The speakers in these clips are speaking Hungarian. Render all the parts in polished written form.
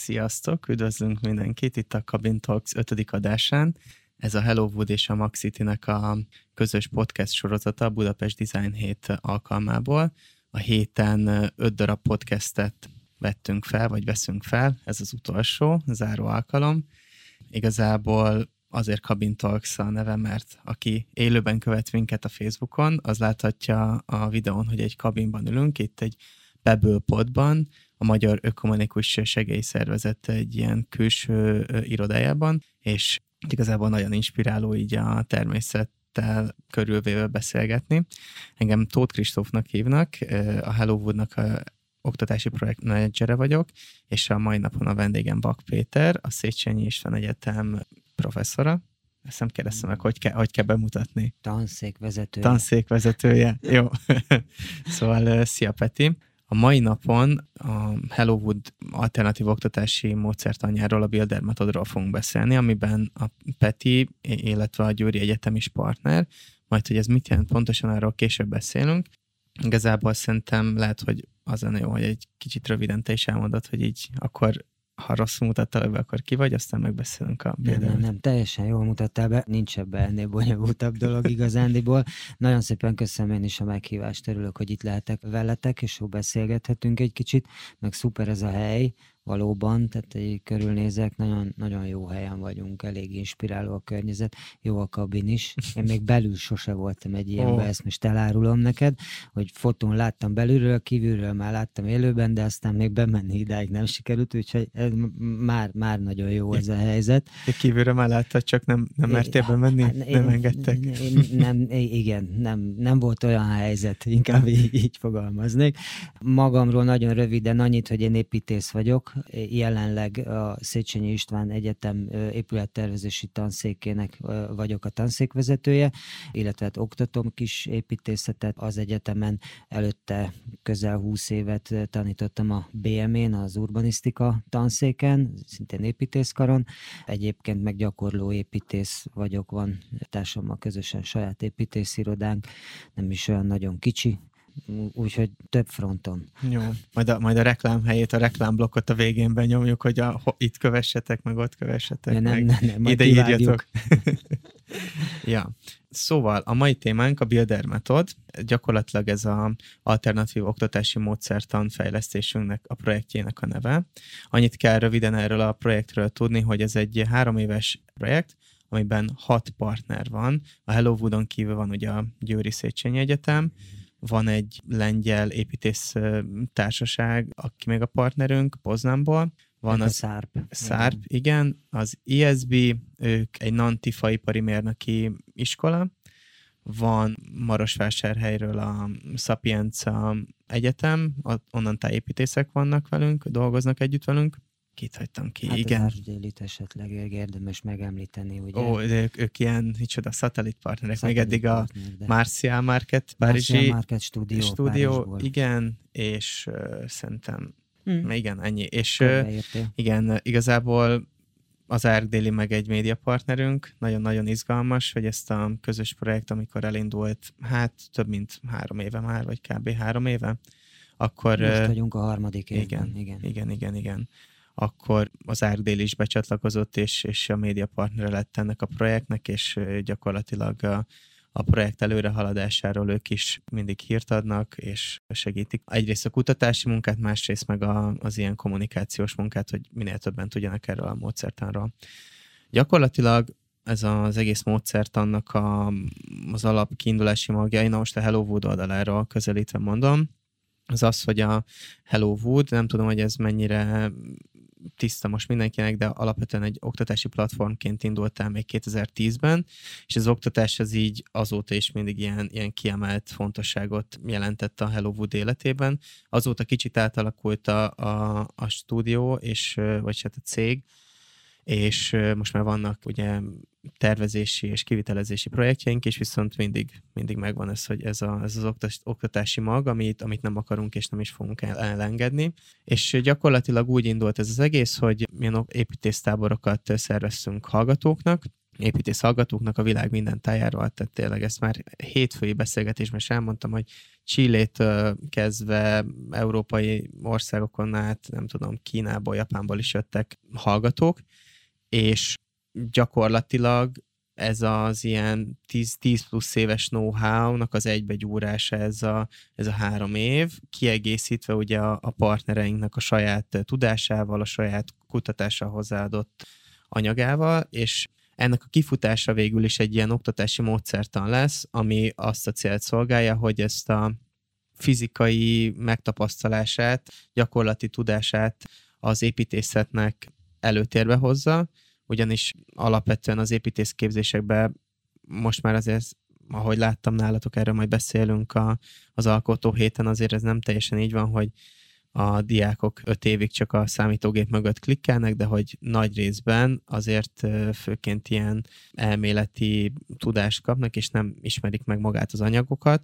Sziasztok! Üdvözlünk mindenkit itt a Cabin Talks 5. adásán. Ez a Hello Wood és a Max City-nek a közös podcast sorozata a Budapest Design Hét alkalmából. A héten 5 darab podcastet vettünk fel, vagy veszünk fel. Ez az utolsó, záró alkalom. Igazából azért Cabin Talks a neve, mert aki élőben követ minket a Facebookon, az láthatja a videón, hogy egy kabinban ülünk, itt egy Pebble Podban, a Magyar Ökumenikus Segélyszervezet egy ilyen külső irodájában, és igazából nagyon inspiráló így a természettel körülvéve beszélgetni. Engem Tóth Kristófnak hívnak, a Hello Woodnak a oktatási projektmenedzsere vagyok, és a mai napon a vendégem Bak Péter, a Széchenyi István Egyetem professzora. Ezt nem kérdeztem meg, hogy kell bemutatni. Tanszékvezetője. Jó. Szóval szia Peti. A mai napon a Hello Wood alternatív oktatási módszertanjáról, a Builder metodról fogunk beszélni, amiben a Peti, illetve a Győri Egyetem is partner, majd hogy ez mit jelent pontosan, arról később beszélünk. Igazából szerintem lehet, hogy az lenne jó, hogy egy kicsit röviden te is elmondod, hogy így akkor, ha rosszul mutattál be, akkor ki vagy, aztán megbeszélünk a Builder. Nem, teljesen jól mutattál be, nincs ebben ennél bonyolultabb dolog igazándiból. Nagyon szépen köszönöm én is a meghívást, örülök, hogy itt lehetek veletek, és jó beszélgethetünk egy kicsit, meg szuper ez a hely, valóban, tehát így körülnézek, nagyon, nagyon jó helyen vagyunk, elég inspiráló a környezet, jó a kabin is. Én még belül sose voltam egy ilyenben, ezt most elárulom neked, hogy fotón láttam belülről, kívülről már láttam élőben, de aztán még bemenni idáig nem sikerült, úgyhogy már nagyon jó ez a helyzet. De kívülről már láttad, csak nem mertél bemenni? Nem engedtek? Nem volt olyan helyzet, inkább így fogalmaznék. Magamról nagyon röviden annyit, hogy én építész vagyok, jelenleg a Széchenyi István Egyetem épülettervezési tanszékének vagyok a tanszékvezetője, illetve hát oktatom kis építészetet az egyetemen. Előtte közel 20 évet tanítottam a BM-én, az urbanisztika tanszéken, szintén építészkaron. Egyébként meg gyakorló építész vagyok, van társammal közösen saját építészirodánk, nem is olyan nagyon kicsi, úgyhogy több fronton. Jó, majd a reklám helyét, a reklámblokkot a végén benyomjuk, hogy itt kövessetek, meg ott kövessetek, ja, meg nem, ide írjatok. Ja. Szóval a mai témánk a Builder metód, gyakorlatilag ez az alternatív oktatási módszertan fejlesztésünknek, a projektjének a neve. Annyit kell röviden erről a projektről tudni, hogy ez egy 3 éves projekt, amiben 6 partner van. A Hello Woodon kívül van ugye a Győri Széchenyi Egyetem, van egy lengyel építész társaság, aki még a partnerünk, Poznanból. Van az SARP, igen. Az ISB, ők egy non-TIFA ipari mérnöki iskola. Van Marosvásárhelyről a Sapienza Egyetem, onnan tájépítészek vannak velünk, dolgoznak együtt velünk. Kit hagytam ki? Hát igen. Az Árcsdélit esetleg érdemes megemlíteni, ugye? Ó, ők ilyen, micsoda, szatellitpartnerek. Még eddig a Martial Market, Párizsi Market Studio, igen, és szerintem igen, ennyi. És igen, igazából az Árcsdéli meg egy médiapartnerünk, nagyon-nagyon izgalmas, hogy ezt a közös projekt, amikor elindult, hát több mint 3 éve már, vagy kb. 3 éve, akkor... Most vagyunk a 3. évben. Igen. Akkor az Árcsdéli is becsatlakozott, és a médiapartnere lett ennek a projektnek, és gyakorlatilag a projekt előrehaladásáról ők is mindig hírt adnak, és segítik egyrészt a kutatási munkát, másrészt meg az ilyen kommunikációs munkát, hogy minél többen tudjanak erről a módszertanról. Gyakorlatilag ez az egész módszertannak az alap kiindulási magja, én most a Hello Wood oldaláról közelítve mondom, az, hogy a Hello Wood, nem tudom, hogy ez mennyire tiszta most mindenkinek, de alapvetően egy oktatási platformként indult el még 2010-ben, és az oktatás az így azóta is mindig ilyen kiemelt fontosságot jelentett a Hello Wood életében. Azóta kicsit átalakult a stúdió, vagy hát a cég, és most már vannak ugye tervezési és kivitelezési projektjeink is, viszont mindig megvan ez, hogy ez az oktatási mag, amit nem akarunk és nem is fogunk elengedni. És gyakorlatilag úgy indult ez az egész, hogy milyen építésztáborokat szerveztünk hallgatóknak, építész hallgatóknak a világ minden tájáról, tehát tényleg ezt már hétfői beszélgetésben is elmondtam, hogy Chilétől kezdve európai országokon át, nem tudom, Kínából, Japánból is jöttek hallgatók, és gyakorlatilag ez az ilyen 10 plusz éves know-how-nak az egybegyúrása ez a 3 év, kiegészítve ugye a partnereinknek a saját tudásával, a saját kutatással hozzáadott anyagával, és ennek a kifutása végül is egy ilyen oktatási módszertan lesz, ami azt a célt szolgálja, hogy ezt a fizikai megtapasztalását, gyakorlati tudását az építészetnek előtérbe hozza, ugyanis alapvetően az építészképzésekben most már azért, ahogy láttam nálatok, erről majd beszélünk az alkotó héten, azért ez nem teljesen így van, hogy a diákok 5 évig csak a számítógép mögött klikkelnek, de hogy nagy részben azért főként ilyen elméleti tudást kapnak, és nem ismerik meg magát az anyagokat,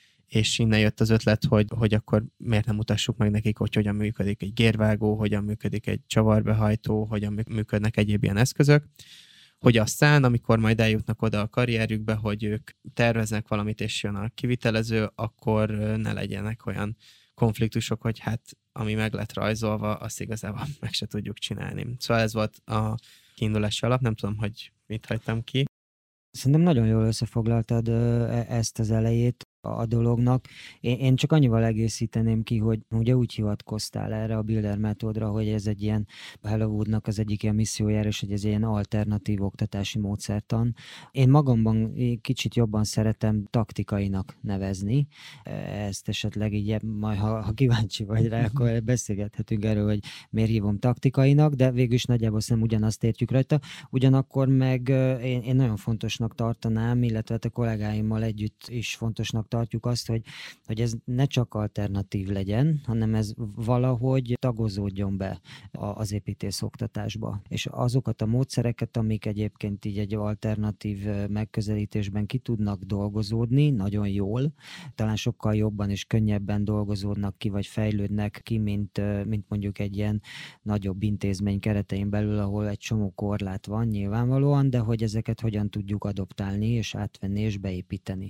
és innen jött az ötlet, hogy akkor miért nem mutassuk meg nekik, hogy hogyan működik egy gérvágó, hogyan működik egy csavarbehajtó, hogyan működnek egyéb ilyen eszközök, hogy aztán, amikor majd eljutnak oda a karrierjükbe, hogy ők terveznek valamit, és jön a kivitelező, akkor ne legyenek olyan konfliktusok, hogy hát ami meg lett rajzolva, azt igazából meg se tudjuk csinálni. Szóval ez volt a kiindulási alap, nem tudom, hogy mit hagytam ki. Szerintem nagyon jól összefoglaltad ezt az elejét a dolognak. Én csak annyival egészíteném ki, hogy ugye úgy hivatkoztál erre a Builder metódra, hogy ez egy ilyen Hello Woodnak az egyik ilyen missziójára, és hogy ez egy ilyen alternatív oktatási módszertan. Én magamban kicsit jobban szeretem taktikainak nevezni. Ezt esetleg így, majd ha kíváncsi vagy rá, akkor beszélgethetünk erről, hogy miért hívom taktikainak, de végül is nagyjából nem ugyanazt értjük rajta. Ugyanakkor meg én nagyon fontosnak tartanám, illetve a kollégáimmal együtt is fontosnak tartjuk azt, hogy ez ne csak alternatív legyen, hanem ez valahogy tagozódjon be az építész oktatásba. És azokat a módszereket, amik egyébként így egy alternatív megközelítésben ki tudnak dolgozódni, nagyon jól, talán sokkal jobban és könnyebben dolgozódnak ki, vagy fejlődnek ki, mint mondjuk egy ilyen nagyobb intézmény keretein belül, ahol egy csomó korlát van nyilvánvalóan, de hogy ezeket hogyan tudjuk adoptálni, és átvenni, és beépíteni.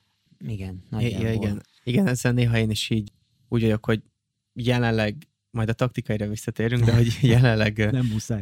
Igen, nagyjából. Igen, ezzel néha én is így úgy vagyok, hogy jelenleg, majd a taktikáira visszatérünk, de hogy jelenleg nem muszáj.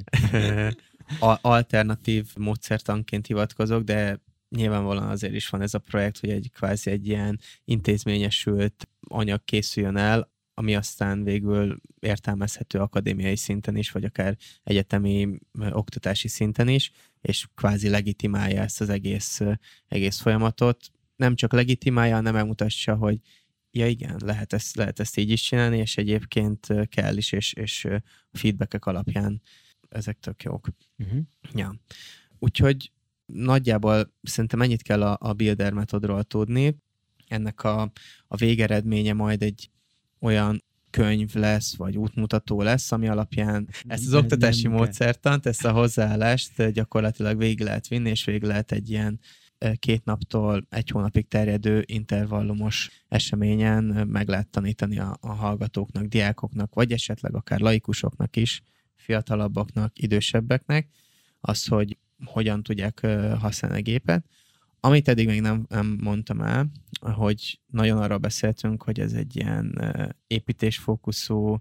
Alternatív módszertanként hivatkozok, de nyilvánvalóan azért is van ez a projekt, hogy egy ilyen intézményesült anyag készüljön el, ami aztán végül értelmezhető akadémiai szinten is, vagy akár egyetemi oktatási szinten is, és kvázi legitimálja ezt az egész folyamatot. Nem csak legitimálja, hanem megmutatja, hogy ja igen, lehet ezt így is csinálni, és egyébként kell is, és a feedbackek alapján ezek tök jók. Uh-huh. Ja. Úgyhogy nagyjából szerintem ennyit kell a Builder metódról tudni. Ennek a végeredménye majd egy olyan könyv lesz, vagy útmutató lesz, ami alapján ezt az oktatási módszertant, ezt a hozzáállást gyakorlatilag végig lehet vinni, és végig lehet egy ilyen 2 naptól 1 hónapig terjedő intervallumos eseményen meg lehet tanítani a hallgatóknak, diákoknak, vagy esetleg akár laikusoknak is, fiatalabbaknak, idősebbeknek, az, hogy hogyan tudják használni a gépet. Amit eddig még nem mondtam el, hogy nagyon arról beszéltünk, hogy ez egy ilyen építésfókuszú,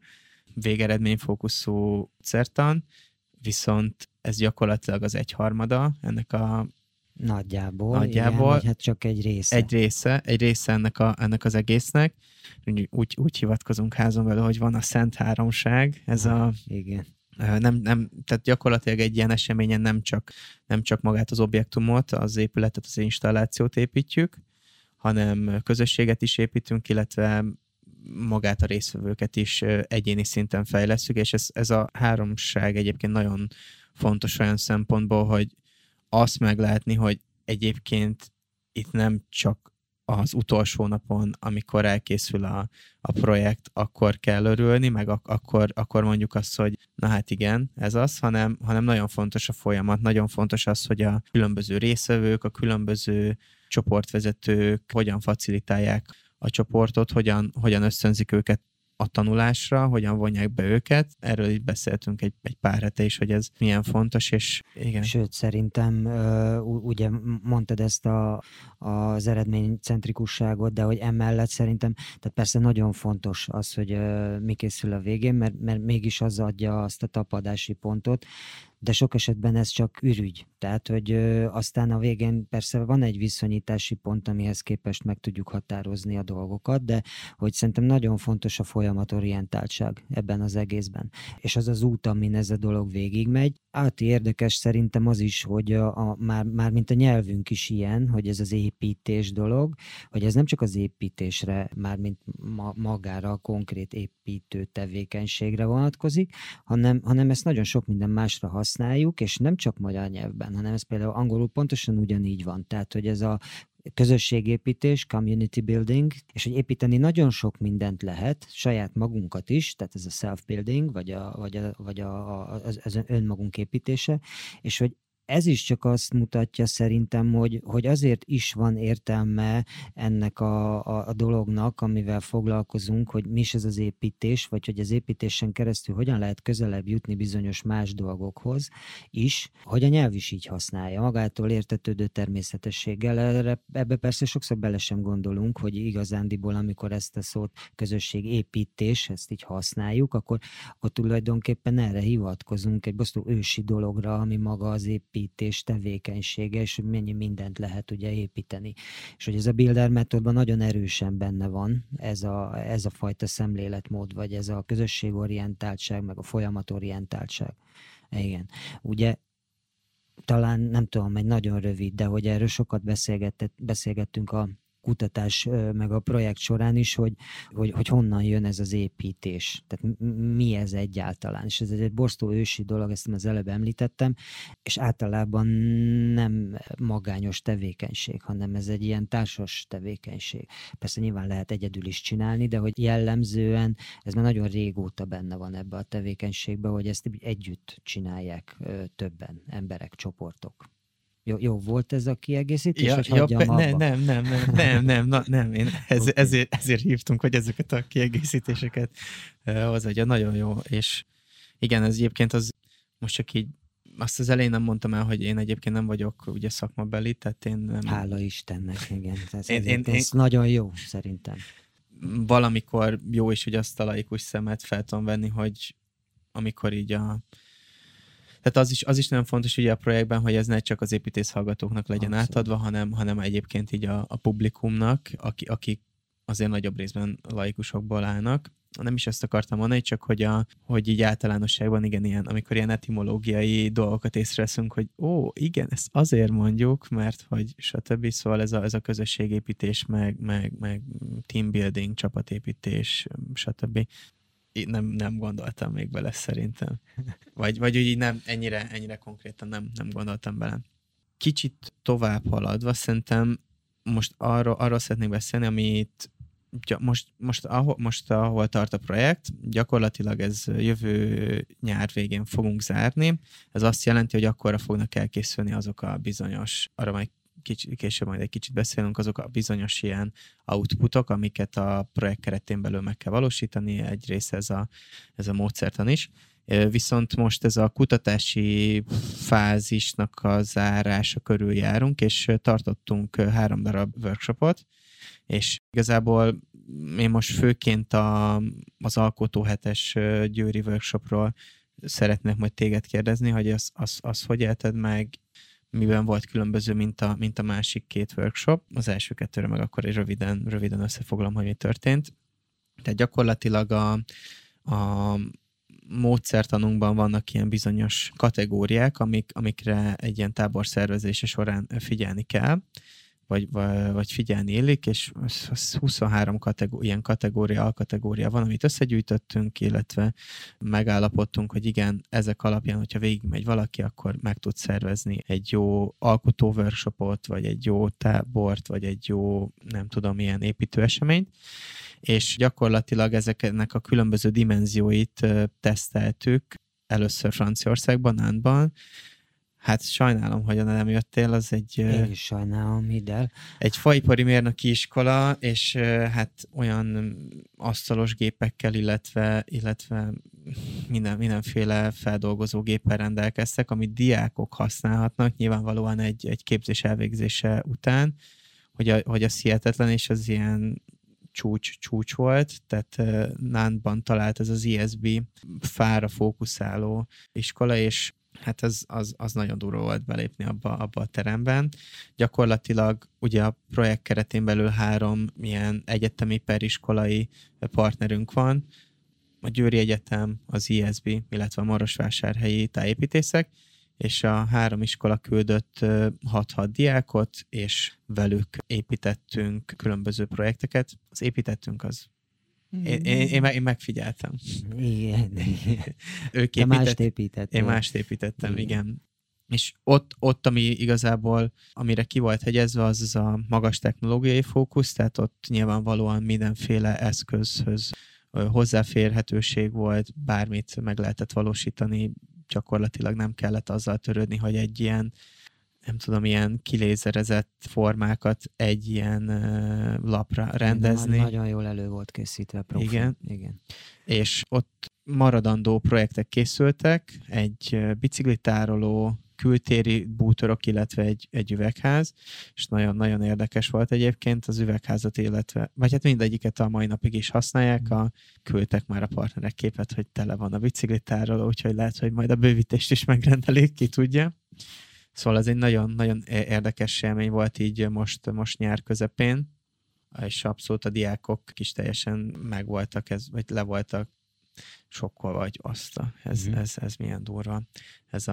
végeredményfókuszú szertan, viszont ez gyakorlatilag az 1/3 ennek a Nagyjából. Igen, vagy hát csak egy része. Egy része ennek az egésznek. Úgy hivatkozunk házon belül, hogy van a Szent Háromság. Ez igen. Tehát gyakorlatilag egy ilyen eseményen nem csak magát az objektumot, az épületet, az installációt építjük, hanem közösséget is építünk, illetve magát a résztvevőket is egyéni szinten fejlesszük, és ez a háromság egyébként nagyon fontos olyan szempontból, hogy azt meglátni, hogy egyébként itt nem csak az utolsó napon, amikor elkészül a projekt, akkor kell örülni, meg akkor mondjuk azt, hogy na hát igen, ez az, hanem nagyon fontos a folyamat, nagyon fontos az, hogy a különböző részvevők, a különböző csoportvezetők hogyan facilitálják a csoportot, hogyan ösztönzik őket a tanulásra, hogyan vonják be őket. Erről is beszéltünk egy pár hete is, hogy ez milyen fontos, és igen. Sőt, szerintem ugye mondtad ezt az eredménycentrikusságot, de hogy emellett szerintem, tehát persze nagyon fontos az, hogy mi készül a végén, mert mégis az adja azt a tapadási pontot, de sok esetben ez csak ürügy. Tehát, hogy aztán a végén persze van egy viszonyítási pont, amihez képest meg tudjuk határozni a dolgokat, de hogy szerintem nagyon fontos a folyamatorientáltság ebben az egészben. És az az út, amin ez a dolog végigmegy. Érdekes szerintem az is, hogy már mint a nyelvünk is ilyen, hogy ez az építés dolog, hogy ez nem csak az építésre, már mint magára a konkrét építő tevékenységre vonatkozik, hanem ezt nagyon sok minden másra használjuk, és nem csak magyar nyelvben, hanem ez például angolul pontosan ugyanígy van. Tehát, hogy ez a közösségépítés, community building, és hogy építeni nagyon sok mindent lehet, saját magunkat is, tehát ez a self-building, vagy az önmagunk építése, és hogy ez is csak azt mutatja szerintem, hogy azért is van értelme ennek a dolognak, amivel foglalkozunk, hogy mi is ez az építés, vagy hogy az építésen keresztül hogyan lehet közelebb jutni bizonyos más dolgokhoz is, hogy a nyelv is így használja, magától értetődő természetességgel. Ebbe persze sokszor bele sem gondolunk, hogy igazándiból, amikor ezt a szót közösségépítés, ezt így használjuk, akkor tulajdonképpen erre hivatkozunk, egy bosszú ősi dologra, ami maga az építés tevékenysége, és hogy mennyi mindent lehet ugye építeni. És hogy ez a Builder metódban nagyon erősen benne van ez a fajta szemléletmód, vagy ez a közösségorientáltság, meg a folyamatorientáltság. Igen. Ugye talán nem tudom, egy nagyon rövid, de hogy erről sokat beszélgettünk a kutatás meg a projekt során is, hogy honnan jön ez az építés. Tehát mi ez egyáltalán. És ez egy borzasztó ősi dolog, ezt az előbb említettem, és általában nem magányos tevékenység, hanem ez egy ilyen társas tevékenység. Persze nyilván lehet egyedül is csinálni, de hogy jellemzően ez már nagyon régóta benne van ebbe a tevékenységbe, hogy ezt együtt csinálják többen, emberek, csoportok. Jó volt ez a kiegészítés, hogy hagyjam abba? Nem. Én ezért hívtunk, hogy ezeket a kiegészítéseket hozzáadja. Nagyon jó, és igen, ez egyébként az most csak így, azt az elején nem mondtam el, hogy én egyébként nem vagyok ugye szakmabeli, tehát én nem... Hála Istennek, igen. Ez nagyon jó, szerintem. Valamikor jó is, hogy azt a laikus szemet fel tudom venni, hogy amikor így tehát az is nagyon fontos ugye a projektben, hogy ez ne csak az építész hallgatóknak legyen átadva, hanem egyébként így a publikumnak, akik azért nagyobb részben laikusokból állnak. Nem is ezt akartam mondani, csak hogy így általánosságban igen, amikor ilyen etimológiai dolgokat észreveszünk, hogy igen, ezt azért mondjuk, mert hogy stb. Szóval ez a közösségépítés, meg teambuilding, csapatépítés, stb. Nem gondoltam még bele szerintem. Vagy így nem, ennyire konkrétan nem gondoltam bele. Kicsit tovább haladva, szerintem most arról szeretnék beszélni, amit most ahol tart a projekt, gyakorlatilag ez jövő nyár végén fogunk zárni. Ez azt jelenti, hogy akkorra fognak elkészülni azok a bizonyos, arra majd később majd egy kicsit beszélünk, azok a bizonyos ilyen outputok, amiket a projekt keretén belül meg kell valósítani, egyrészt ez a módszertan is. Viszont most ez a kutatási fázisnak a zárása körül járunk, és tartottunk 3 darab workshopot, és igazából én most főként az Alkotó hetes győri workshopról szeretnék majd téged kérdezni, hogy az hogy élted meg, miben volt különböző, mint a másik 2 workshop. Az első 2-re meg akkor egy röviden összefoglalom, hogy mi történt. Tehát gyakorlatilag a módszertanunkban vannak ilyen bizonyos kategóriák, amikre egy ilyen tábor szervezése során figyelni kell, vagy figyelni illik, és 23 ilyen alkategória van, amit összegyűjtöttünk, illetve megállapodtunk, hogy igen, ezek alapján, hogyha végigmegy valaki, akkor meg tud szervezni egy jó alkotó workshopot, vagy egy jó tábort, vagy egy jó, nem tudom, ilyen építőeseményt, és gyakorlatilag ezeknek a különböző dimenzióit teszteltük először Franciaországban, Nantban, Hát sajnálom, hogy nem jöttél, az egy... Én is sajnálom, hidd el. Egy faipari mérnöki iskola, és hát olyan asztalos gépekkel, illetve mindenféle feldolgozó géppel rendelkeztek, amit diákok használhatnak, nyilvánvalóan egy képzés elvégzése után, hogy az hihetetlen, és az ilyen csúcs volt, tehát Nantban talált ez az ISB fára fókuszáló iskola, és hát az nagyon durva volt belépni abba a teremben. Gyakorlatilag ugye a projekt keretén belül 3 ilyen egyetemi periskolai partnerünk van, a Győri Egyetem, az ISB, illetve a Marosvásárhelyi Tájépítészek, és a 3 iskola küldött 6 diákot, és velük építettünk különböző projekteket. Az építettünk az én megfigyeltem. Igen. Ők Én mást építettem, igen. És ott, ami igazából, amire ki volt hegyezve, az a magas technológiai fókusz, tehát ott nyilvánvalóan mindenféle eszközhöz hozzáférhetőség volt, bármit meg lehetett valósítani, gyakorlatilag nem kellett azzal törődni, hogy egy ilyen, nem tudom, ilyen kilézerezett formákat egy ilyen lapra rendezni. Nagyon jól elő volt készítve. Profi. Igen. És ott maradandó projektek készültek, egy biciklitároló, kültéri bútorok, illetve egy üvegház, és nagyon-nagyon érdekes volt egyébként az üvegházat, illetve, vagy hát mindegyiket a mai napig is használják, küldtek már a partnerek képet, hogy tele van a biciklitároló, úgyhogy lehet, hogy majd a bővítést is megrendelik, ki tudja. Szóval ez egy nagyon-nagyon érdekes élmény volt így most nyár közepén, és abszolút a diákok is teljesen megvoltak, vagy le voltak sokkolva, vagy ez milyen durva, ez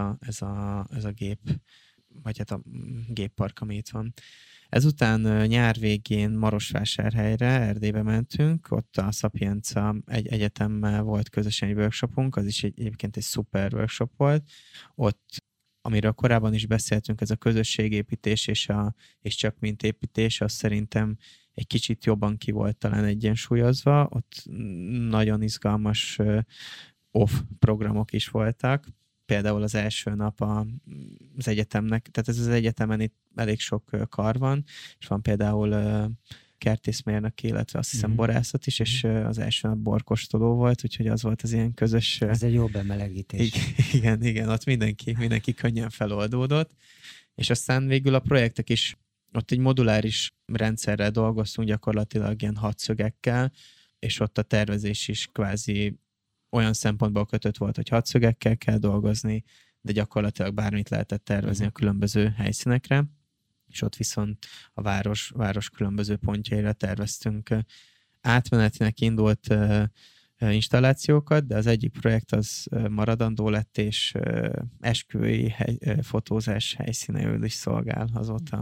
a gép, vagy hát a géppark, ami itt van. Ezután nyár végén Marosvásárhelyre, Erdélybe mentünk, ott a Sapienza egy egyetemmel volt közösen egy workshopunk, az is egyébként egy szuper workshop volt. Ott, amiről korábban is beszéltünk, ez a közösségépítés és csak mint építés, az szerintem egy kicsit jobban ki volt talán egyensúlyozva, ott nagyon izgalmas off programok is voltak. Például az első nap az egyetemnek, tehát ez az egyetemen itt elég sok kar van, és van például kertészmérnök, illetve azt hiszem borászat is, és az első nap borkostoló volt, úgyhogy az volt az ilyen közös... Ez egy jó bemelegítés. Igen, ott mindenki könnyen feloldódott, és aztán végül a projektek is, ott egy moduláris rendszerrel dolgoztunk, gyakorlatilag ilyen 6 szögekkel, és ott a tervezés is kvázi olyan szempontból kötött volt, hogy 6 szögekkel kell dolgozni, de gyakorlatilag bármit lehetett tervezni a különböző helyszínekre, és ott viszont a város különböző pontjaira terveztünk átmenetinek indult installációkat, de az egyik projekt az maradandó lett, és esküvői fotózás helyszíneül is szolgál azóta.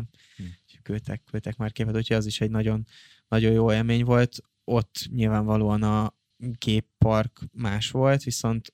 Küldtek már képet, úgyhogy az is egy nagyon, nagyon jó élmény volt. Ott nyilvánvalóan a géppark más volt, viszont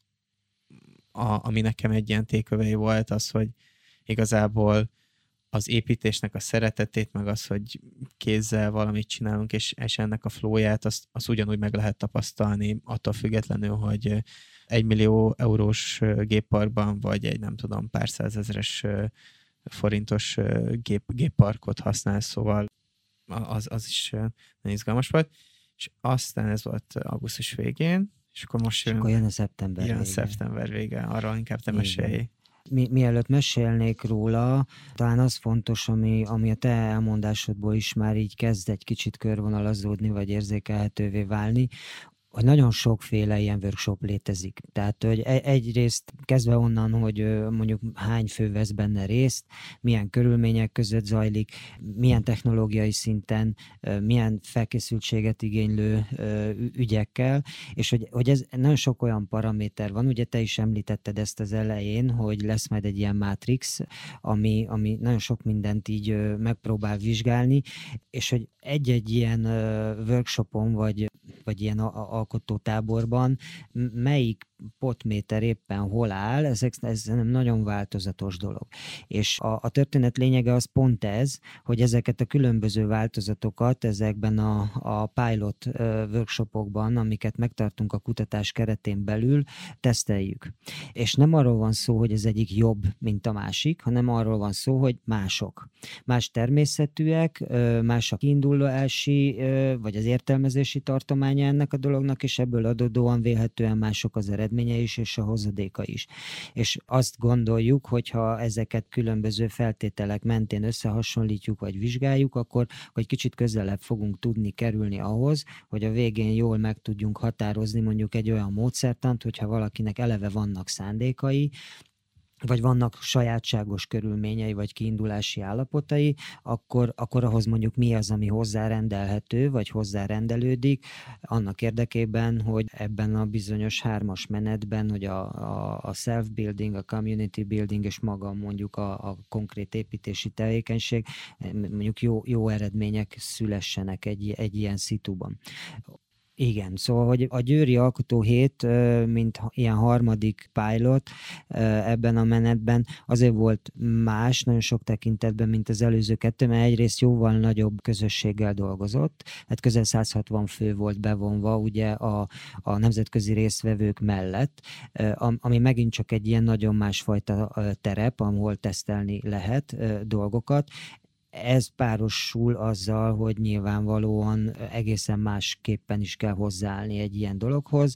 ami nekem egy ilyen takeaway volt, az, hogy igazából az építésnek a szeretetét, meg az, hogy kézzel valamit csinálunk, és ennek a flowját, azt ugyanúgy meg lehet tapasztalni, attól függetlenül, hogy 1 millió eurós gépparkban, vagy egy nem tudom, pár százezres forintos gépparkot használsz, szóval az is nagyon izgalmas volt. És aztán ez volt augusztus végén, és akkor most jön a szeptember vége. Szeptember vége, arról inkább te mesélj. Mielőtt mesélnék róla, talán az fontos, ami a te elmondásodból is már így kezd egy kicsit körvonalazódni, vagy érzékelhetővé válni, hogy nagyon sokféle ilyen workshop létezik. Tehát, hogy egyrészt kezdve onnan, hogy mondjuk hány fő vesz benne részt, milyen körülmények között zajlik, milyen technológiai szinten, milyen felkészültséget igénylő ügyekkel, és hogy ez nagyon sok olyan paraméter van, ugye te is említetted ezt az elején, hogy lesz majd egy ilyen mátrix, ami nagyon sok mindent így megpróbál vizsgálni, és hogy egy-egy ilyen workshopon, vagy ilyen alkotótáborban melyik potméter éppen hol áll, ez nagyon változatos dolog. És a történet lényege az pont ez, hogy ezeket a különböző változatokat ezekben a pilot workshopokban, amiket megtartunk a kutatás keretén belül, teszteljük. És nem arról van szó, hogy az egyik jobb, mint a másik, hanem arról van szó, hogy mások. Más természetűek, más a kiindulási, vagy az értelmezési tartománya ennek a dolognak, és ebből adódóan vélhetően mások az eredménye is, és a hozadéka is. És azt gondoljuk, hogyha ezeket különböző feltételek mentén összehasonlítjuk, vagy vizsgáljuk, akkor hogy kicsit közelebb fogunk tudni kerülni ahhoz, hogy a végén jól meg tudjunk határozni mondjuk egy olyan módszertant, hogyha valakinek eleve vannak szándékai, vagy vannak sajátságos körülményei, vagy kiindulási állapotai, akkor ahhoz mondjuk mi az, ami hozzárendelhető, vagy hozzárendelődik, annak érdekében, hogy ebben a bizonyos 3-as menetben, hogy a self-building, a community building, és maga mondjuk a konkrét építési tevékenység, mondjuk jó eredmények szülessenek egy ilyen szituban. Igen, szóval, hogy a Győri Alkotó Hét, mint ilyen harmadik pilot ebben a menetben azért volt más, nagyon sok tekintetben, mint az előző 2, mert egyrészt jóval nagyobb közösséggel dolgozott, hát közel 160 fő volt bevonva ugye a nemzetközi résztvevők mellett, ami megint csak egy ilyen nagyon másfajta terep, ahol tesztelni lehet dolgokat. Ez párosul azzal, hogy nyilvánvalóan egészen másképpen is kell hozzáállni egy ilyen dologhoz.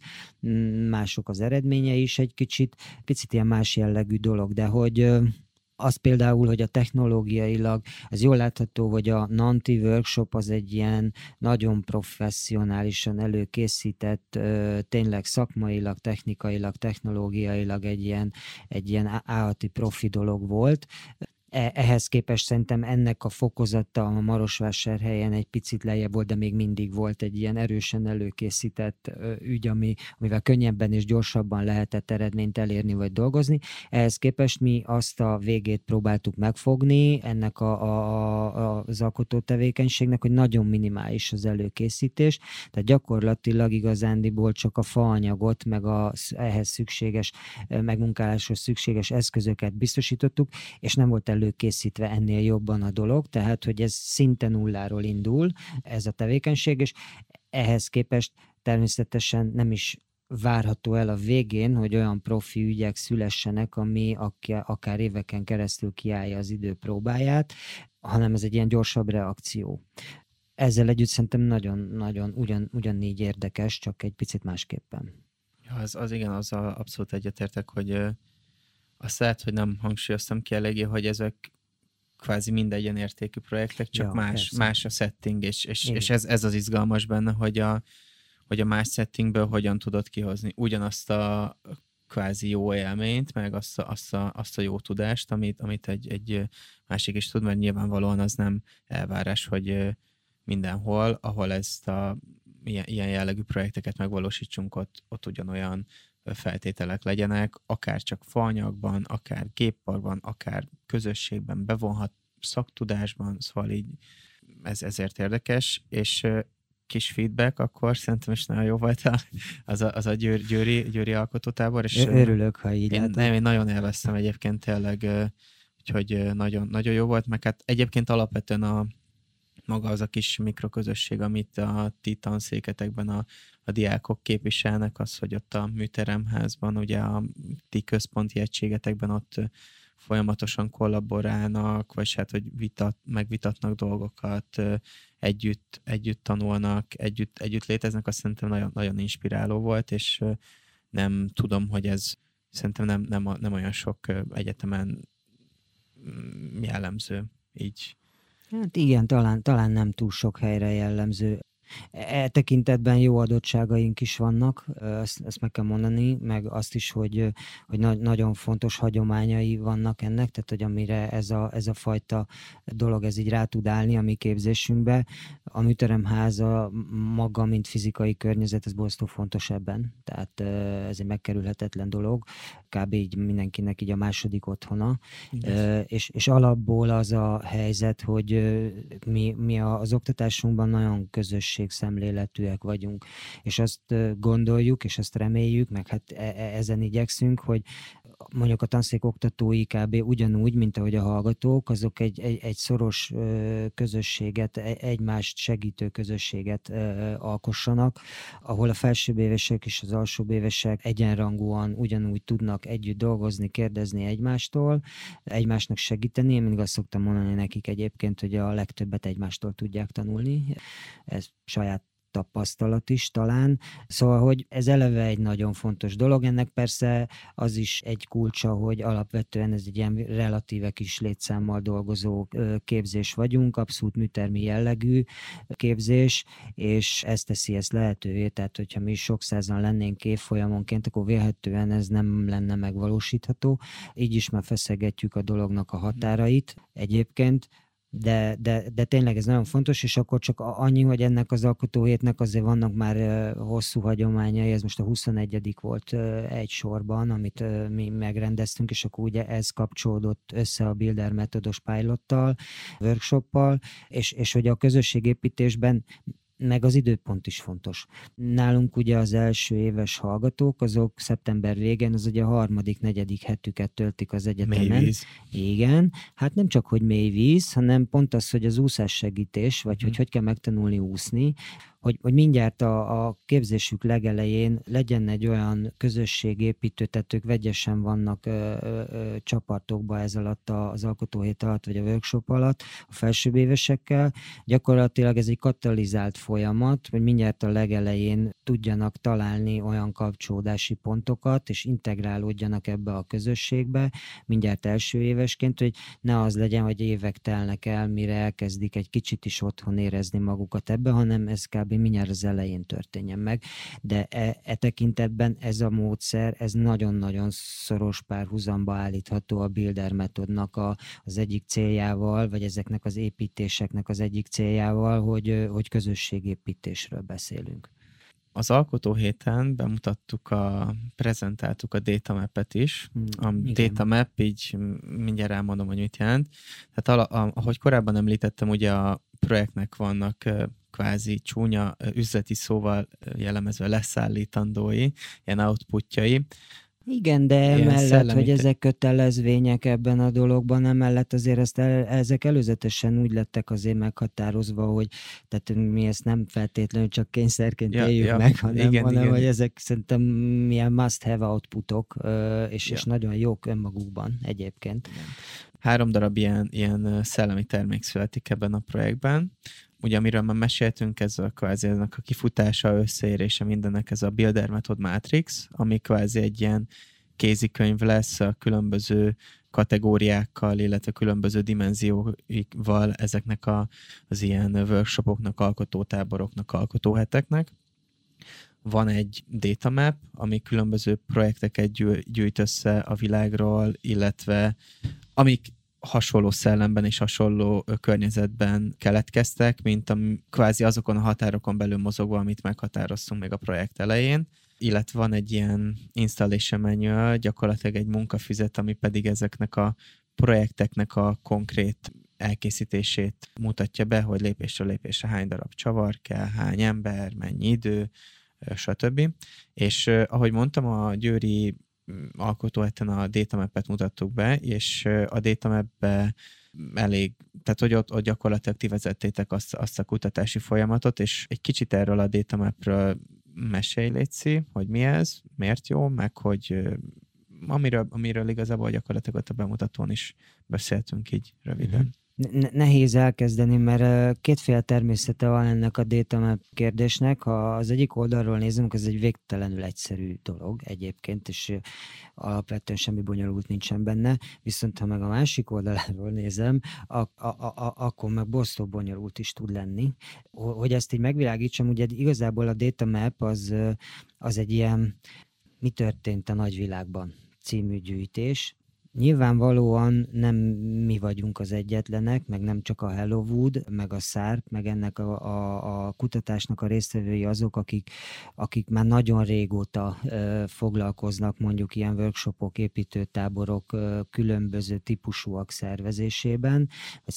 Mások az eredményei is egy picit ilyen más jellegű dolog, de hogy az például, hogy a technológiailag, ez jól látható, hogy a Nanti workshop az egy ilyen nagyon professzionálisan előkészített, tényleg szakmailag, technikailag, technológiailag egy ilyen állati profi dolog volt. Ehhez képest szerintem ennek a fokozata a Marosvásárhelyen egy picit lejjebb volt, de még mindig volt egy ilyen erősen előkészített ügy, amivel könnyebben és gyorsabban lehetett eredményt elérni vagy dolgozni. Ehhez képest mi azt a végét próbáltuk megfogni ennek az alkotó tevékenységnek, hogy nagyon minimális az előkészítés, tehát gyakorlatilag igazándiból csak a faanyagot, meg ehhez szükséges, megmunkáláshoz szükséges eszközöket biztosítottuk, és nem volt előkészítve ennél jobban a dolog, tehát hogy ez szinte nulláról indul ez a tevékenység, és ehhez képest természetesen nem is várható el a végén, hogy olyan profi ügyek szülessenek, ami akár éveken keresztül kiállja az idő próbáját, hanem ez egy ilyen gyorsabb reakció. Ezzel együtt szerintem nagyon-nagyon ugyanígy érdekes, csak egy picit másképpen. Ja, az igen, azzal abszolút egyetértek, hogy azt lehet, hogy nem hangsúlyoztam ki eléggé, hogy ezek kvázi mindegyen értékű projektek, csak más a setting, és ez az izgalmas benne, hogy a más settingből hogyan tudod kihozni ugyanazt a kvázi jó élményt, meg azt a jó tudást, amit egy másik is tud, mert nyilvánvalóan az nem elvárás, hogy mindenhol, ahol ezt ilyen jellegű projekteket megvalósítsunk, ott ugyanolyan feltételek legyenek, akár csak faanyagban, akár gépparban, akár közösségben, bevonhat szaktudásban, szóval így ezért érdekes, és kis feedback, akkor szerintem is nagyon jó volt az a Győri alkotótábor. És örülök, ha így én nagyon élveztem egyébként tényleg, úgyhogy nagyon, nagyon jó volt, meg hát egyébként alapvetően maga az a kis mikroközösség, amit a ti tanszéketekben a diákok képviselnek, az, hogy ott a műteremházban, ugye a ti központi egységetekben ott folyamatosan kollaborálnak, vagy hát, hogy megvitatnak dolgokat, együtt tanulnak, együtt léteznek, azt szerintem nagyon, nagyon inspiráló volt, és nem tudom, hogy ez szerintem nem olyan sok egyetemen jellemző így. Hát igen, talán nem túl sok helyre jellemző. Tekintetben jó adottságaink is vannak, ezt meg kell mondani, meg azt is, hogy nagyon fontos hagyományai vannak ennek, tehát hogy amire ez a fajta dolog ez így rá tud állni a mi képzésünkbe. A műteremháza maga, mint fizikai környezet, ez borzasztó fontos ebben, tehát ez egy megkerülhetetlen dolog, kb. Így mindenkinek így a második otthona, és alapból az a helyzet, hogy mi az oktatásunkban nagyon közös közösségszemléletűek vagyunk. És azt gondoljuk, és azt reméljük, meg hát ezen igyekszünk, hogy mondjuk a tanszék oktatói kb. Ugyanúgy, mint ahogy a hallgatók, azok egy szoros közösséget, egymást segítő közösséget alkossanak, ahol a felsőbbévesek és az alsóbbévesek egyenrangúan ugyanúgy tudnak együtt dolgozni, kérdezni egymástól, egymásnak segíteni. Én mindig azt szoktam mondani nekik egyébként, hogy a legtöbbet egymástól tudják tanulni. Ez saját tapasztalat is talán. Szóval, hogy ez eleve egy nagyon fontos dolog. Ennek persze az is egy kulcsa, hogy alapvetően ez egy ilyen relatíve kis létszámmal dolgozó képzés vagyunk, abszolút műtermi jellegű képzés, és ez teszi ezt lehetővé, tehát hogyha mi sok százan lennénk évfolyamonként, akkor vélhetően ez nem lenne megvalósítható. Így is már feszegetjük a dolognak a határait egyébként, de tényleg ez nagyon fontos, és akkor csak annyi, hogy ennek az alkotóhétnek azért vannak már hosszú hagyományai, ez most a 21. volt egy sorban, amit mi megrendeztünk, és akkor ugye ez kapcsolódott össze a Builder metodos pilottal, workshoppal, és hogy a közösségépítésben meg az időpont is fontos. Nálunk ugye az első éves hallgatók, azok szeptember végén, az ugye a harmadik, negyedik hetüket töltik az egyetemen. Mélyvíz. Igen, hát nem csak, hogy mélyvíz, hanem pont az, hogy az úszás segítés, vagy hogy kell megtanulni úszni, hogy mindjárt a képzésük legelején legyen egy olyan közösségépítő, tehát ők vegyesen vannak csapatokba ez alatt az alkotóhét alatt, vagy a workshop alatt, a felsőbbévesekkel. Gyakorlatilag ez egy katalizált folyamat, hogy mindjárt a legelején tudjanak találni olyan kapcsolódási pontokat, és integrálódjanak ebbe a közösségbe, mindjárt első évesként, hogy ne az legyen, hogy évek telnek el, mire elkezdik egy kicsit is otthon érezni magukat ebbe, hanem ez kb. Mindjárt az elején történjen meg, de e tekintetben ez a módszer, ez nagyon-nagyon szoros párhuzamba állítható a Builder metódnak az egyik céljával, vagy ezeknek az építéseknek az egyik céljával, hogy közösségépítésről beszélünk. Az alkotóhéten prezentáltuk a datamap-et is. A datamap, így mindjárt elmondom, hogy mit jelent. Tehát ahogy korábban említettem, ugye a projektnek vannak kvázi csúnya üzleti szóval jellemezve leszállítandói, ilyen outputjai. Igen, de emellett, hogy ezek kötelezvények ebben a dologban, emellett azért ezek előzetesen úgy lettek azért meghatározva, hogy tehát mi ezt nem feltétlenül csak kényszerként éljük meg, hanem hogy ezek szerintem milyen must-have outputok, és nagyon jók önmagukban egyébként. Igen. 3 darab ilyen szellemi termék születik ebben a projektben. Ugye, amiről már meséltünk, ez a kvázi ennek a kifutása, összeérése mindennek, ez a Builder Method Matrix, ami kvázi egy ilyen kézikönyv lesz a különböző kategóriákkal, illetve különböző dimenzióival ezeknek az ilyen workshopoknak, alkotótáboroknak, alkotóheteknek. Van egy datamap, ami különböző projekteket gyűjt össze a világról, illetve amik hasonló szellemben és hasonló környezetben keletkeztek, mint kvázi azokon a határokon belül mozogva, amit meghatároztunk még a projekt elején. Illetve van egy ilyen installation manual, gyakorlatilag egy munkafüzet, ami pedig ezeknek a projekteknek a konkrét elkészítését mutatja be, hogy lépésről lépésre hány darab csavar kell, hány ember, mennyi idő, stb. És ahogy mondtam, a győri alkotóheten a datamap-et mutattuk be, és a datamap-be tehát hogy ott gyakorlatilag ti vezettétek azt a kutatási folyamatot, és egy kicsit erről a datamapről mesélj, Léci, hogy mi ez, miért jó, meg hogy amiről igazából gyakorlatilag ott a bemutatón is beszéltünk így röviden. Nehéz elkezdeni, mert kétféle természete van ennek a datamap kérdésnek. Ha az egyik oldalról nézünk, ez egy végtelenül egyszerű dolog egyébként, és alapvetően semmi bonyolult nincsen benne, viszont ha meg a másik oldaláról nézem, akkor meg borzasztó bonyolult is tud lenni. Hogy ezt így megvilágítsam, ugye igazából a datamap az egy ilyen mi történt a nagyvilágban című gyűjtés, Nyilvánvalóan nem mi vagyunk az egyetlenek, meg nem csak a Hello Wood, meg a SARP, meg ennek a kutatásnak a résztvevői azok, akik már nagyon régóta foglalkoznak mondjuk ilyen workshopok, építőtáborok különböző típusúak szervezésében,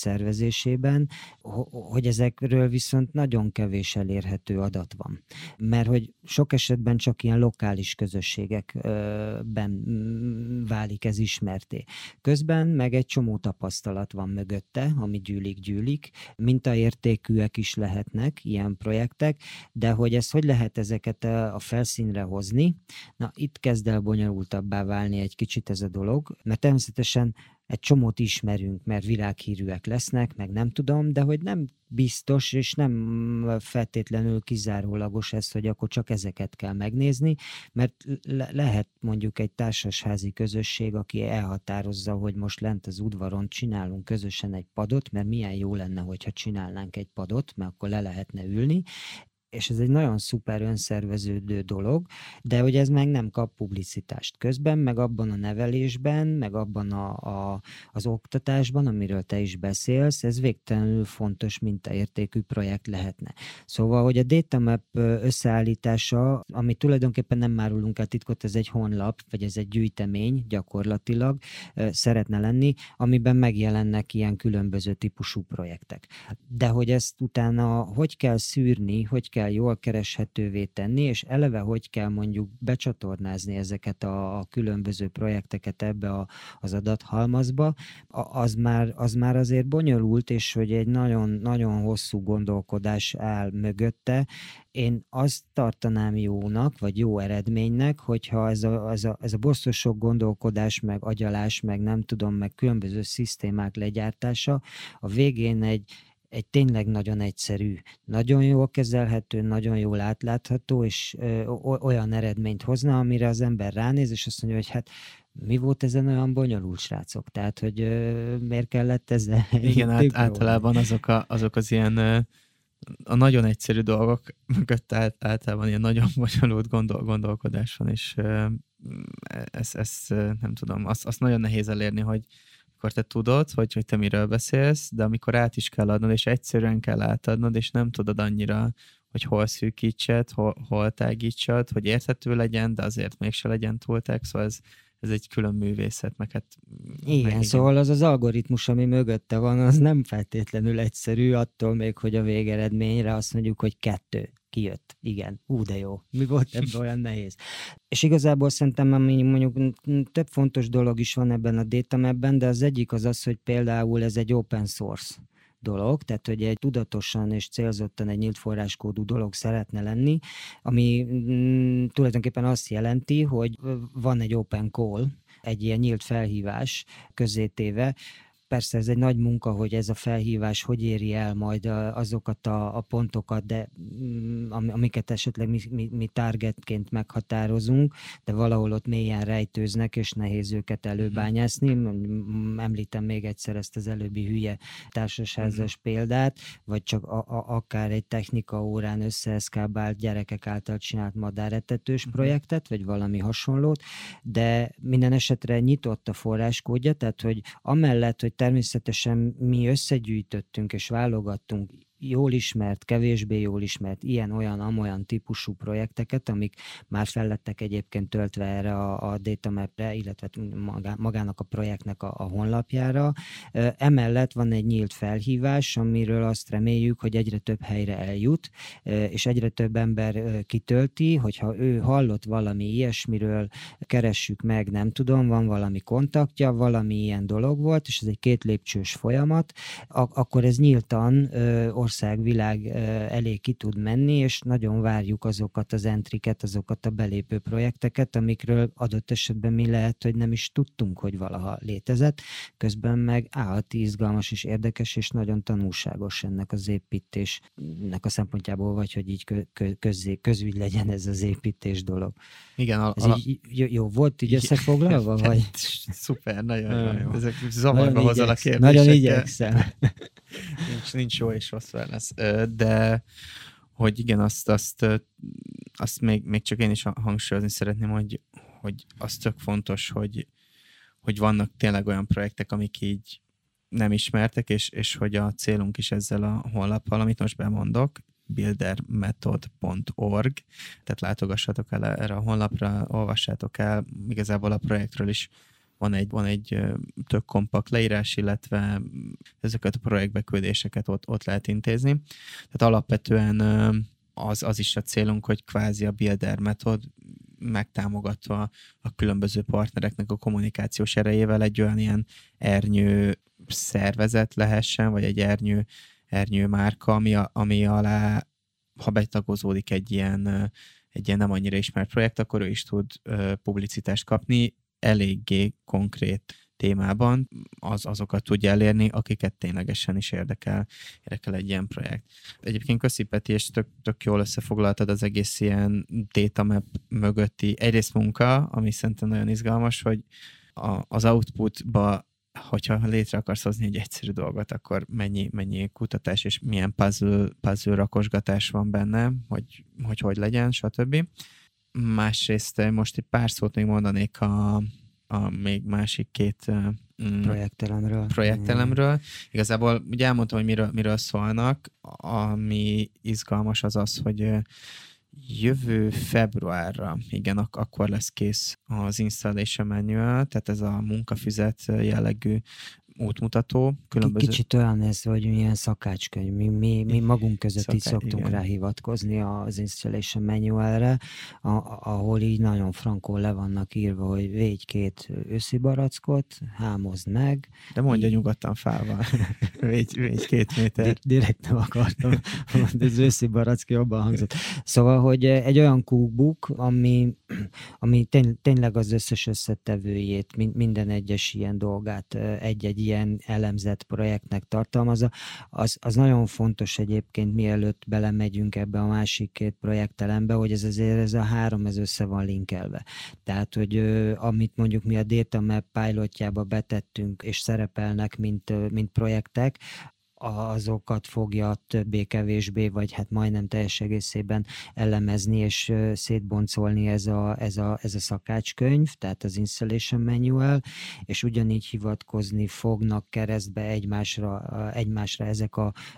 hogy ezekről viszont nagyon kevés elérhető adat van. Mert hogy sok esetben csak ilyen lokális közösségekben válik ez ismerté. Közben meg egy csomó tapasztalat van mögötte, ami gyűlik, mintaértékűek is lehetnek ilyen projektek, de hogy hogy lehet ezeket a felszínre hozni, na itt kezd el bonyolultabbá válni egy kicsit ez a dolog, mert természetesen egy csomót ismerünk, mert világhírűek lesznek, meg nem tudom, de hogy nem biztos, és nem feltétlenül kizárólagos ez, hogy akkor csak ezeket kell megnézni, mert lehet mondjuk egy társasházi közösség, aki elhatározza, hogy most lent az udvaron csinálunk közösen egy padot, mert milyen jó lenne, hogyha csinálnánk egy padot, mert akkor le lehetne ülni, és ez egy nagyon szuper önszerveződő dolog, de hogy ez meg nem kap publicitást közben, meg abban a nevelésben, meg abban az oktatásban, amiről te is beszélsz, ez végtelenül fontos mintaértékű projekt lehetne. Szóval, hogy a datamap összeállítása, ami tulajdonképpen nem árulunk el titkot, ez egy honlap, vagy ez egy gyűjtemény gyakorlatilag szeretne lenni, amiben megjelennek ilyen különböző típusú projektek. De hogy ezt utána hogy kell szűrni, hogy kell jól kereshetővé tenni, és eleve hogy kell mondjuk becsatornázni ezeket a különböző projekteket ebbe az adathalmazba, az már azért bonyolult, és hogy egy nagyon hosszú gondolkodás áll mögötte. Én azt tartanám jónak, vagy jó eredménynek, hogyha ez a borzasztó sok gondolkodás, meg agyalás, meg nem tudom, meg különböző szisztémák legyártása, a végén egy tényleg nagyon egyszerű, nagyon jól kezelhető, nagyon jól átlátható, és olyan eredményt hozna, amire az ember ránéz, és azt mondja, hogy hát mi volt ezen olyan bonyolult, srácok? Tehát, hogy miért kellett ezzel? Igen, általában azok az ilyen a nagyon egyszerű dolgok mögött általában ilyen nagyon bonyolult gondolkodás van, és ezt nem tudom, azt nagyon nehéz elérni, hogy akkor te tudod, hogy te miről beszélsz, de amikor át is kell adnod, és egyszerűen kell átadnod, és nem tudod annyira, hogy hol szűkítsed, hol tágítsad, hogy érthető legyen, de azért mégse legyen túl szóval ez egy külön művészet, meg hát... Igen, szóval az algoritmus, ami mögötte van, az nem feltétlenül egyszerű, attól még, hogy a végeredményre azt mondjuk, hogy 2 kijött. Igen, de jó. Mi volt ebben olyan nehéz? És igazából szerintem mondjuk több fontos dolog is van ebben a datamapben, de az egyik az, hogy például ez egy open source dolog, tehát hogy egy tudatosan és célzottan egy nyílt forráskódú dolog szeretne lenni, ami tulajdonképpen azt jelenti, hogy van egy open call, egy ilyen nyílt felhívás közzétéve. Persze ez egy nagy munka, hogy ez a felhívás hogy éri el majd azokat a pontokat, de amiket esetleg mi targetként meghatározunk, de valahol ott mélyen rejtőznek, és nehéz őket előbányászni. Említem még egyszer ezt az előbbi hülye társasházas példát, vagy csak akár egy technika órán összeeszkábált gyerekek által csinált madáretetős projektet, vagy valami hasonlót, de minden esetre nyitott a forráskódja, tehát hogy amellett, hogy természetesen mi összegyűjtöttünk és válogattunk jól ismert, kevésbé jól ismert, ilyen-olyan-amolyan típusú projekteket, amik már fellettek egyébként töltve erre a datamapre, illetve magának a projektnek a honlapjára. Emellett van egy nyílt felhívás, amiről azt reméljük, hogy egyre több helyre eljut, és egyre több ember kitölti, hogyha ő hallott valami ilyesmiről, keressük meg, nem tudom, van valami kontaktja, valami ilyen dolog volt, és ez egy 2 lépcsős folyamat, akkor ez nyíltan ország-világ elé ki tud menni, és nagyon várjuk azokat az entriket, azokat a belépő projekteket, amikről adott esetben mi lehet, hogy nem is tudtunk, hogy valaha létezett. Közben meg állati izgalmas és érdekes, és nagyon tanulságos ennek az építésnek a szempontjából, vagy hogy így közügy legyen ez az építés dolog. Igen. Ez így jó volt így összefoglalva? Vagy? Szuper, nagyon jó. Ezek zavarba hozol a kérdésekkel. Nagyon igyekszem. nincs jó és rossz válasz. De hogy igen, azt még csak én is hangsúlyozni szeretném, hogy az tök fontos, hogy hogy vannak tényleg olyan projektek, amik így nem ismertek, és hogy a célunk is ezzel a honlappal, amit most bemondok, buildermethod.org, tehát látogassatok el erre a honlapra, olvassátok el, igazából a projektről is van egy tök kompakt leírás, illetve ezeket a projektbeküldéseket ott lehet intézni. Tehát alapvetően az is a célunk, hogy kvázi a Builder Method megtámogatva a különböző partnereknek a kommunikációs erejével egy olyan ilyen ernyő szervezet lehessen, vagy egy ernyő márka, ami alá, ha betagozódik egy ilyen nem annyira ismert projekt, akkor ő is tud publicitást kapni, eléggé konkrét témában azokat tudja elérni, akiket ténylegesen is érdekel egy ilyen projekt. Egyébként köszi Peti, és tök jól összefoglaltad az egész ilyen data map mögötti egyrészt munka, ami szerintem nagyon izgalmas, hogy az outputba, hogyha létre akarsz hozni egy egyszerű dolgot, akkor mennyi kutatás és milyen puzzle rakosgatás van benne, hogy legyen, stb. Másrészt most egy pár szót még mondanék a még másik két projektelemről. Igazából ugye elmondtam, hogy miről szólnak. Ami izgalmas az, hogy jövő februárra, igen, akkor lesz kész az Installation Manual, tehát ez a munkafüzet jellegű útmutató. Kicsit olyan ez, hogy milyen szakácskönyv. Mi magunk között így szoktunk rá hivatkozni az Installation Manualre, ahol így nagyon frankon le vannak írva, hogy védj 2 őszi barackot, hámozd meg. De mondja nyugodtan fával. védj 2 méter. Direkt nem akartam. Az őszi barack jobban hangzott. Szóval, hogy egy olyan cookbook, ami tényleg az összes összetevőjét, minden egyes ilyen dolgát egy ilyen elemzett projektnek tartalmazza. Az nagyon fontos egyébként, mielőtt belemegyünk ebbe a másik 2 projektelembe, hogy ez a 3 össze van linkelve. Tehát, hogy amit mondjuk mi a Data Map pilotjába betettünk, és szerepelnek, mint projektek, azokat fogja többé-kevésbé, vagy hát majdnem teljes egészében elemezni és szétboncolni ez a szakácskönyv, tehát az Installation Manual, és ugyanígy hivatkozni fognak keresztbe egymásra ezek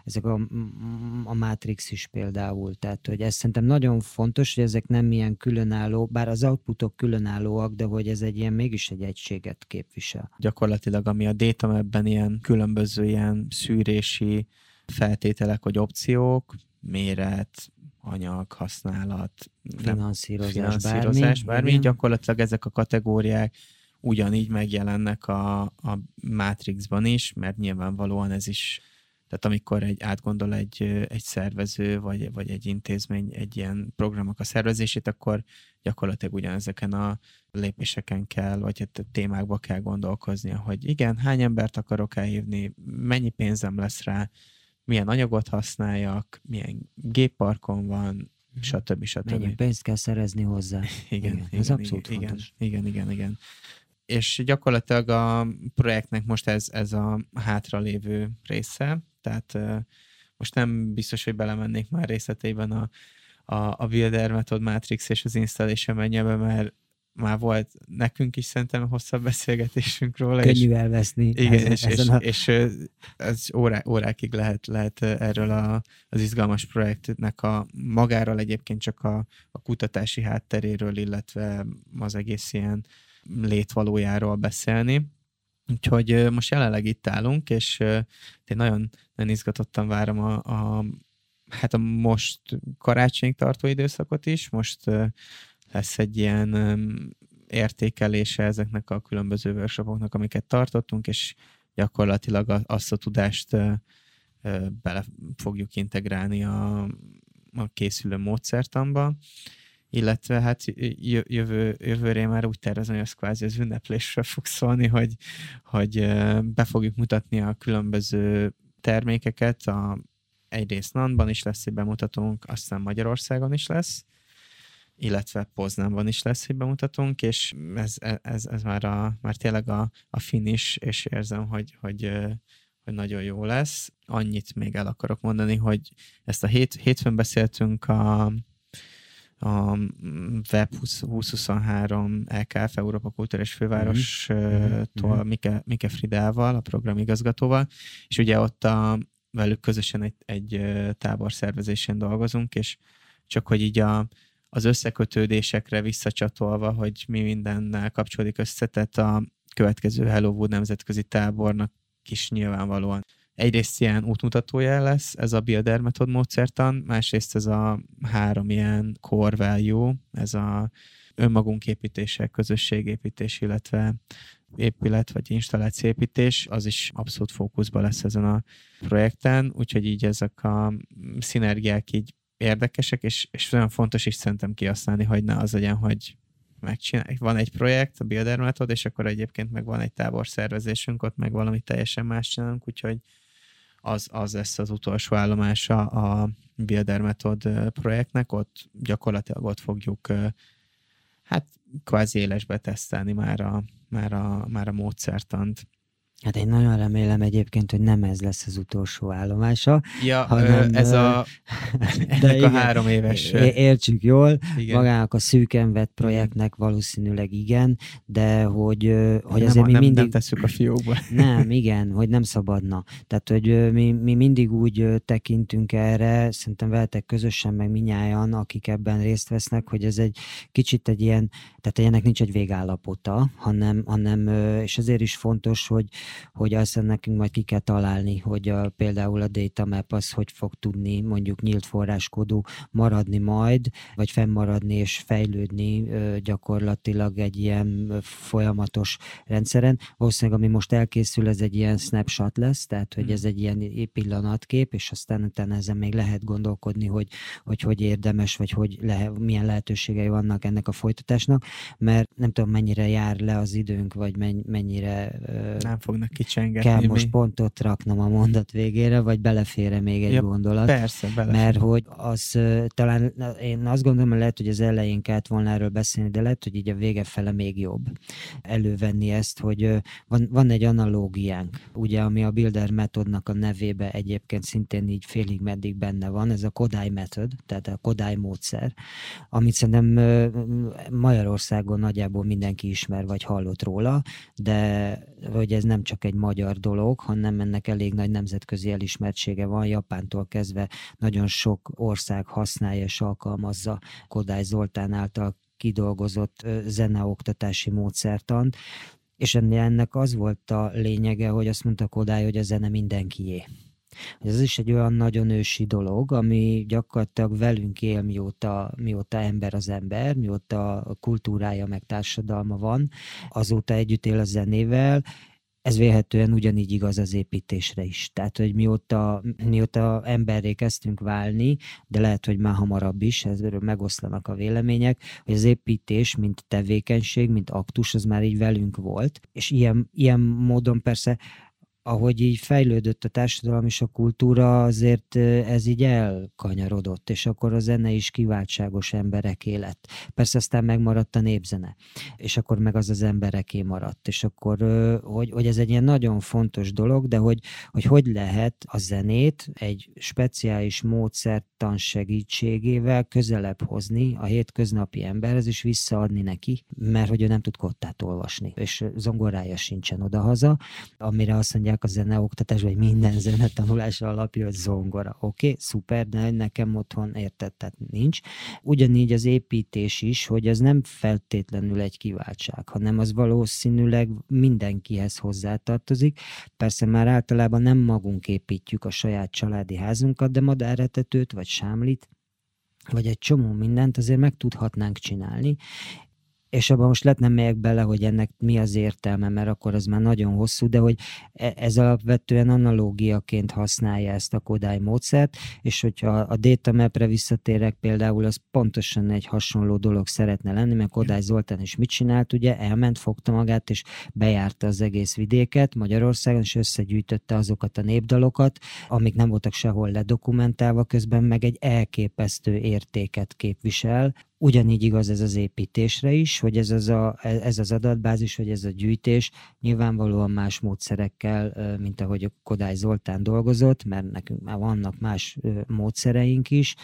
a Matrix is például. Tehát, hogy ez szerintem nagyon fontos, hogy ezek nem ilyen különálló, bár az outputok különállóak, de hogy ez mégis egy egységet képvisel. Gyakorlatilag, ami a Data Mapben ilyen különböző ilyen szűrés feltételek vagy opciók, méret, anyag, használat, finanszírozás, bármi. Gyakorlatilag ezek a kategóriák ugyanígy megjelennek a Matrixban is, mert nyilvánvalóan ez is, tehát amikor átgondol egy szervező, vagy egy intézmény egy ilyen programnak a szervezését, akkor gyakorlatilag ugyanezeken a lépéseken kell, vagy a témákba kell gondolkoznia, hogy igen, hány embert akarok elhívni, mennyi pénzem lesz rá, milyen anyagot használjak, milyen gépparkom van, stb. Mennyi pénzt kell szerezni hozzá. Igen, ez abszolút fontos. Igen. És gyakorlatilag a projektnek most ez a hátralévő része, tehát most nem biztos, hogy belemennék már részleteiben a Builder Method Matrix és az Installation Manualbe, mert már volt nekünk is szerintem hosszabb beszélgetésünk róla. Könnyű elveszni. Igen, és ez órákig lehet erről az izgalmas projektnek magáról egyébként csak a kutatási hátteréről, illetve az egész ilyen létvalójáról beszélni. Úgyhogy most jelenleg itt állunk, és én nagyon izgatottan várom a most karácsonyig tartó időszakot is. Most lesz egy ilyen értékelése ezeknek a különböző workshopoknak, amiket tartottunk, és gyakorlatilag azt a tudást bele fogjuk integrálni a készülő módszertanba, illetve hát jövőre már úgy tervezem, hogy az kvázi az ünneplésről fog szólni, hogy be fogjuk mutatni a különböző termékeket. Egyrészt Nanban is lesz egy bemutatónk, aztán Magyarországon is lesz, illetve Poznanban is lesz egy bemutatónnk, és ez már tényleg a finish, és érzem, hogy nagyon jó lesz. Annyit még el akarok mondani, hogy ezt a hétfőn beszéltünk a Web 2023 LKF Európa Kulturális Fővárostól Mike Fridával, a programigazgatóval, és ugye ott velük közösen egy tábor szervezésén dolgozunk, és csak hogy így az összekötődésekre visszacsatolva, hogy mi mindennel kapcsolódik össze, tehát a következő Hello Wood nemzetközi tábornak is nyilvánvalóan egyrészt ilyen útmutatója lesz, ez a Builder Method módszertan, másrészt ez a 3 ilyen core value, ez a önmagunképítése, közösségépítés, illetve épület vagy installációépítés, az is abszolút fókuszban lesz ezen a projekten, úgyhogy így ezek a szinergiák így érdekesek, és nagyon fontos is szerintem kihasználni, hogy ne az legyen, hogy megcsináljuk. Van egy projekt, a Builder Method, és akkor egyébként meg van egy táborszervezésünk, ott meg valami teljesen más csinálunk, úgyhogy az lesz az utolsó állomása a Builder Method projektnek, ott gyakorlatilag ott fogjuk kvázi élesbe tesztelni már a módszertant. Hát én nagyon remélem egyébként, hogy nem ez lesz az utolsó állomása. Ja, hanem, ez ennek a 3 éves... Értsük jól, igen. Magának a szűken vett projektnek valószínűleg igen, de hogy azért mi nem, mindig... Nem tesszük a fiókba. Nem, igen, hogy nem szabadna. Tehát, hogy mi mindig úgy tekintünk erre, szerintem veletek közösen, meg minnyájan, akik ebben részt vesznek, hogy ez egy kicsit egy ilyen, tehát ennek nincs egy végállapota, hanem és ezért is fontos, hogy azt nekünk majd ki kell találni, hogy például a data map az hogy fog tudni mondjuk nyílt forráskódú maradni majd, vagy fennmaradni és fejlődni gyakorlatilag egy ilyen folyamatos rendszeren. Valószínűleg, ami most elkészül, ez egy ilyen snapshot lesz, tehát hogy ez egy ilyen pillanatkép, és aztán utána ezen még lehet gondolkodni, hogy érdemes, vagy milyen lehetőségei vannak ennek a folytatásnak, mert nem tudom, mennyire jár le az időnk, vagy mennyire nem fognak kicsengetni. Kell most pontot raknom a mondat végére, vagy belefér még egy gondolat? Persze, belefér. Mert hogy az talán, én azt gondolom, hogy lehet, hogy az elején kellett volna erről beszélni, de lehet, hogy így a vége fele még jobb elővenni ezt, hogy van egy analógiánk, ugye, ami a Builder Methodnak a nevébe egyébként szintén így félig meddig benne van, ez a Kodály Method, tehát a Kodály módszer, amit szerintem Magyarországon nagyjából mindenki ismer, vagy hallott róla, de hogy ez nem csak egy magyar dolog, hanem ennek elég nagy nemzetközi elismertsége van. Japántól kezdve nagyon sok ország használja és alkalmazza Kodály Zoltán által kidolgozott zeneoktatási módszertant, és ennek az volt a lényege, hogy azt mondta Kodály, hogy a zene mindenkié. Ez is egy olyan nagyon ősi dolog, ami gyakorlatilag velünk él, mióta ember az ember, mióta kultúrája meg társadalma van, azóta együtt él a zenével. Ez vélhetően ugyanígy igaz az építésre is. Tehát, hogy mióta emberré kezdtünk válni, de lehet, hogy már hamarabb is, ezről megoszlanak a vélemények, hogy az építés, mint tevékenység, mint aktus, az már így velünk volt. És ilyen módon persze, ahogy így fejlődött a társadalom és a kultúra, azért ez így elkanyarodott, és akkor a zene is kiváltságos embereké lett. Persze aztán megmaradt a népzene, és akkor meg az embereké maradt, és akkor, hogy ez egy ilyen nagyon fontos dolog, de hogy lehet a zenét egy speciális módszertan segítségével közelebb hozni a hétköznapi emberhez, és visszaadni neki, mert hogy ő nem tud kottát olvasni, és zongorája sincsen odahaza, amire azt mondják a zeneoktatás, vagy minden zenetanulás alapja, hogy zongora. Oké, szuper, de nekem otthon érted, tehát nincs. Ugyanígy az építés is, hogy az nem feltétlenül egy kiváltság, hanem az valószínűleg mindenkihez hozzátartozik. Persze már általában nem magunk építjük a saját családi házunkat, de madáretetőt, vagy sámlit, vagy egy csomó mindent azért meg tudhatnánk csinálni. És abban most nem megyek bele, hogy ennek mi az értelme, mert akkor az már nagyon hosszú, de hogy ez alapvetően analógiaként használja ezt a Kodály módszert, és hogyha a data mapre visszatérek például, az pontosan egy hasonló dolog szeretne lenni, mert Kodály Zoltán is mit csinált, ugye elment, fogta magát, és bejárta az egész vidéket Magyarországon, és összegyűjtötte azokat a népdalokat, amik nem voltak sehol ledokumentálva, közben meg egy elképesztő értéket képvisel. Ugyanígy igaz ez az építésre is, hogy ez az adatbázis, hogy ez a gyűjtés nyilvánvalóan más módszerekkel, mint ahogy a Kodály Zoltán dolgozott, mert nekünk már vannak más módszereink is,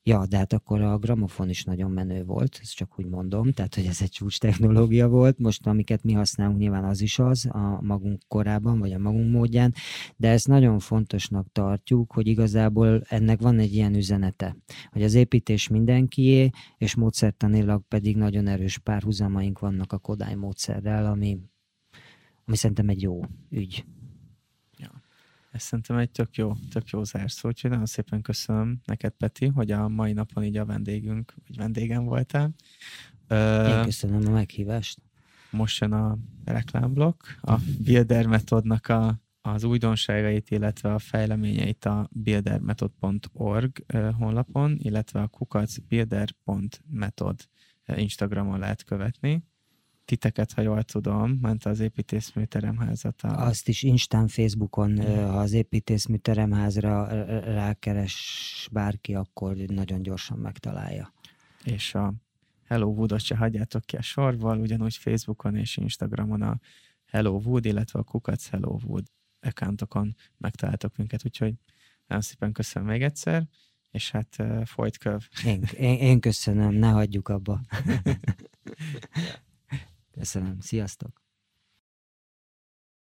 Ja, de hát akkor a gramofon is nagyon menő volt, ezt csak úgy mondom, tehát hogy ez egy csúcs technológia volt, most amiket mi használunk, nyilván az is az, a magunk korában, vagy a magunk módján, de ezt nagyon fontosnak tartjuk, hogy igazából ennek van egy ilyen üzenete, hogy az építés mindenkié, és módszertanilag pedig nagyon erős párhuzamaink vannak a Kodály módszerrel, ami szerintem egy jó ügy. Ez szerintem egy tök jó zárszó, úgyhogy nagyon szépen köszönöm neked, Peti, hogy a mai napon így a vendégem voltál. Én köszönöm a meghívást. Most jön a reklámblokk, a Builder Methodnak az újdonságait, illetve a fejleményeit a buildermethod.org honlapon, illetve a kukacbuilder.method Instagramon lehet követni. Titeket, ha jól tudom, ment az építészműteremházat. Azt is Instán, Facebookon, ha az építészműteremházra rákeres bárki, akkor nagyon gyorsan megtalálja. És a Hello Woodot se hagyjátok ki a sorból, ugyanúgy Facebookon és Instagramon a Hello Wood, illetve a Kukac Hello Wood accountokon megtaláltok minket, úgyhogy nagyon szépen köszönöm még egyszer, és hát folyt köv. Én köszönöm, ne hagyjuk abba. Köszönöm, sziasztok!